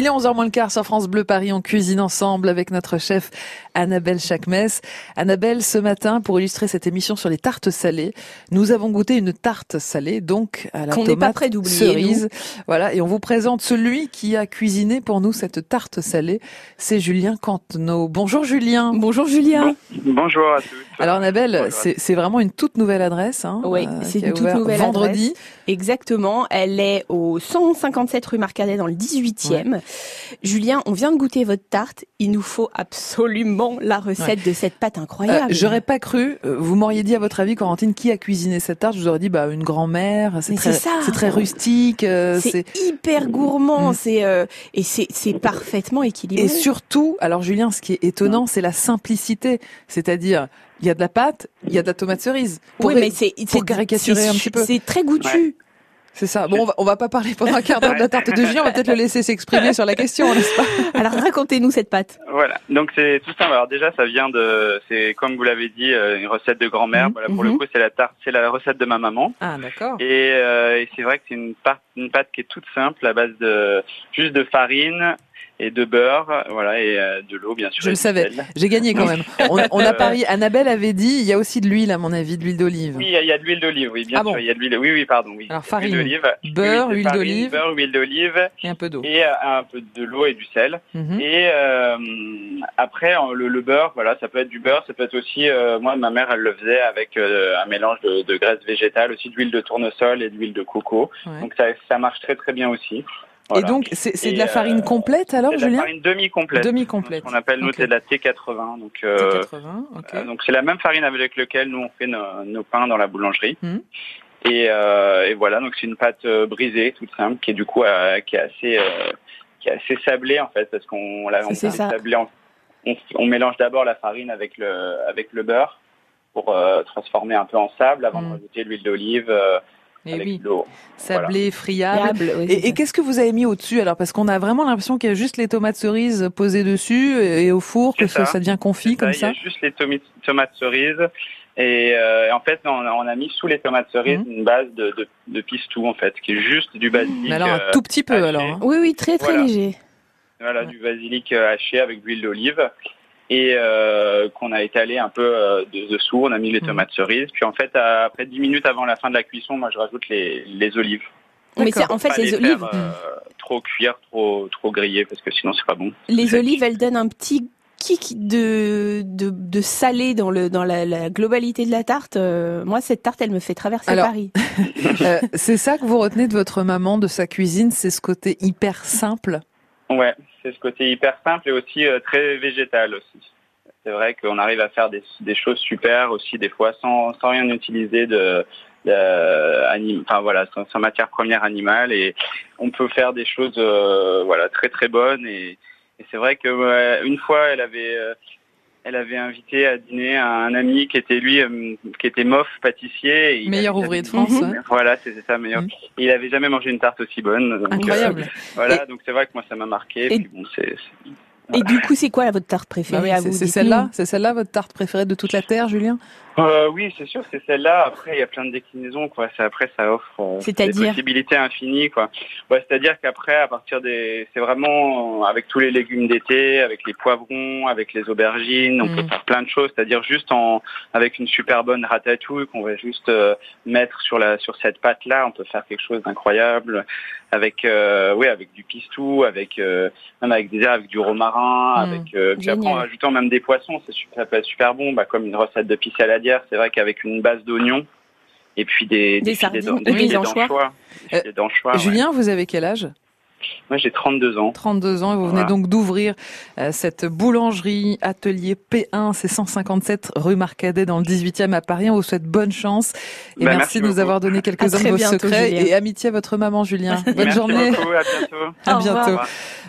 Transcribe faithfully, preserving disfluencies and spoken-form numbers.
Il est onze heures moins le quart sur France Bleu Paris. On cuisine ensemble avec notre chef Annabelle Chakmes. Annabelle, ce matin, pour illustrer cette émission sur les tartes salées, nous avons goûté une tarte salée, donc à la Qu'on tomate n'est pas près d'oublier, cerise. Nous. Voilà, et on vous présente celui qui a cuisiné pour nous cette tarte salée. C'est Julien Cantenot. Bonjour Julien. Bonjour Julien. Bon, bonjour à tous. Alors Annabelle, Bonjour. c'est, c'est vraiment une toute nouvelle adresse. Hein, Oui, euh, c'est qui a une toute ouvert nouvelle vendredi. adresse. Exactement. Elle est au cent cinquante-sept rue Marcadet dans le dix-huitième. Ouais. Julien, on vient de goûter votre tarte. Il nous faut absolument la recette ouais. de cette pâte incroyable. Euh, j'aurais pas cru. Vous m'auriez dit à votre avis, Corentine, qui a cuisiné cette tarte? Je vous aurais dit, bah, une grand-mère. C'est, très, c'est, ça. c'est très rustique. Euh, c'est, c'est hyper gourmand. Mmh. C'est, euh, et c'est, c'est parfaitement équilibré. Et surtout, alors Julien, ce qui est étonnant, c'est la simplicité. C'est-à-dire, il y a de la pâte, il y a de la tomate cerise. Pour, oui, mais c'est, pour c'est, caricaturer c'est, un petit peu. C'est très goûtu. Ouais. C'est ça. Bon, on va, on va pas parler pendant un quart d'heure de la tarte de Julien. On va peut-être le laisser s'exprimer sur la question, n'est-ce pas? Alors, racontez-nous cette pâte. Voilà. Donc, c'est tout simple. Alors, déjà, ça vient de, c'est, comme vous l'avez dit, une recette de grand-mère. Mmh. Voilà, pour mmh. le coup, c'est la tarte, c'est la recette de ma maman. Ah, d'accord. Et, euh, et c'est vrai que c'est une pâte, une pâte qui est toute simple, à base de, juste de farine et de beurre, voilà, et euh, de l'eau, bien sûr. Je le savais. J'ai gagné quand même. On, on a parié. Annabelle avait dit, il y a aussi de l'huile, à mon avis, de l'huile d'olive. Oui, il y a de l'huile d'olive, oui, bien ah sûr. Bon. Il y a de l'huile. Oui, oui, pardon, oui. Alors farine, d'olive, beurre, huile, huile farine, d'olive, beurre, huile d'olive et un peu d'eau. Et euh, un peu de l'eau et du sel. Mm-hmm. Et euh, après, le, le beurre, voilà, ça peut être du beurre, ça peut être aussi. Euh, moi, ma mère, elle le faisait avec euh, un mélange de, de graisse végétale, aussi d'huile de tournesol et d'huile de coco. Ouais. Donc ça, ça marche très très bien aussi. Voilà. Et donc, c'est, c'est et de la farine euh, complète alors, c'est Julien? C'est de la farine demi-complète. Demi-complète. Ce qu'on appelle, nous, okay. c'est de la T quatre-vingts. Donc, euh, T quatre-vingts, ok. Euh, donc, c'est la même farine avec laquelle nous, on fait nos, nos pains dans la boulangerie. Mmh. Et, euh, et voilà, donc c'est une pâte euh, brisée, toute simple, qui est du coup, euh, qui est assez, euh, qui est assez sablée, en fait, parce qu'on l'a on sablée en, on, on mélange d'abord la farine avec le, avec le beurre pour euh, transformer un peu en sable avant mmh. de rajouter l'huile d'olive, euh, Et avec oui, l'eau. sablé, Voilà. friable. friable oui, et, et qu'est-ce que vous avez mis au-dessus alors? Parce qu'on a vraiment l'impression qu'il y a juste les tomates cerises posées dessus et, et au four, que ça. ça devient confit comme ça. Il y a juste les tomi- tomates cerises. Et euh, en fait, on a, on a mis sous les tomates cerises mmh. une base de, de, de pistou, en fait, qui est juste du basilic. Mais alors, un tout petit peu, haché. alors. Hein. Oui, oui, très, très voilà. léger. Voilà, ouais. du basilic haché avec de l'huile d'olive. Et euh, qu'on a étalé un peu euh, de, dessous, on a mis les tomates mmh. cerises. Puis en fait, à, après dix minutes avant la fin de la cuisson, moi je rajoute les, les olives. Mais c'est, en fait, les, les olives... Faire, euh, trop cuire, trop, trop griller, parce que sinon c'est pas bon. Les c'est olives, elles donnent un petit kick de, de, de salé dans, le, dans la, la globalité de la tarte. Euh, moi, cette tarte, elle me fait traverser Alors, Paris. euh, c'est ça que vous retenez de votre maman, de sa cuisine, c'est ce côté hyper simple? Ouais, c'est ce côté hyper simple et aussi euh, très végétal aussi. C'est vrai qu'on arrive à faire des, des choses super aussi des fois sans, sans rien utiliser de, de anim, enfin voilà, sans, sans matière première animale et on peut faire des choses euh, voilà très très bonnes et, et c'est vrai que euh, une fois elle avait euh, elle avait invité à dîner un ami qui était lui euh, qui était mof pâtissier. Et meilleur ouvrier de France. Mmh. Ouais. Voilà, c'est, c'est ça, meilleur. Mmh. Il avait jamais mangé une tarte aussi bonne. Donc, incroyable. Euh, voilà, et donc c'est vrai que moi ça m'a marqué. Et, puis bon, c'est, c'est... Voilà. Et du coup, c'est quoi votre tarte préférée bah oui, à c'est, vous? C'est celle-là, c'est celle-là votre tarte préférée de toute la terre, Julien? Euh, oui, c'est sûr, c'est celle-là. Après, il y a plein de déclinaisons, quoi. C'est, après, ça offre euh, des possibilités infinies, quoi. Ouais, c'est-à-dire qu'après, à partir des, c'est vraiment avec tous les légumes d'été, avec les poivrons, avec les aubergines, on mmh. peut faire plein de choses. C'est-à-dire juste en, avec une super bonne ratatouille qu'on va juste euh, mettre sur la, sur cette pâte-là, on peut faire quelque chose d'incroyable. Avec, euh, oui, avec du pistou, avec euh, même avec des avec du romarin, mmh. avec euh, puis après en rajoutant même des poissons, c'est super, ça peut être super bon, bah comme une recette de pisse à la dière. C'est vrai qu'avec une base d'oignons et puis des des, des sardines, des, des, des d'anchois. Euh, des d'anchois Julien, ouais. Vous avez quel âge? Moi, j'ai trente-deux ans. trente-deux ans et vous venez voilà. donc d'ouvrir euh, cette boulangerie Atelier P un, c'est cent cinquante-sept rue Marcadet dans le dix-huitième à Paris. On vous souhaite bonne chance et bah, merci, merci de nous beaucoup. avoir donné quelques-uns de vos bientôt, secrets Julien. et amitié à votre maman, Julien. Bonne merci journée. Beaucoup, à bientôt. À bientôt.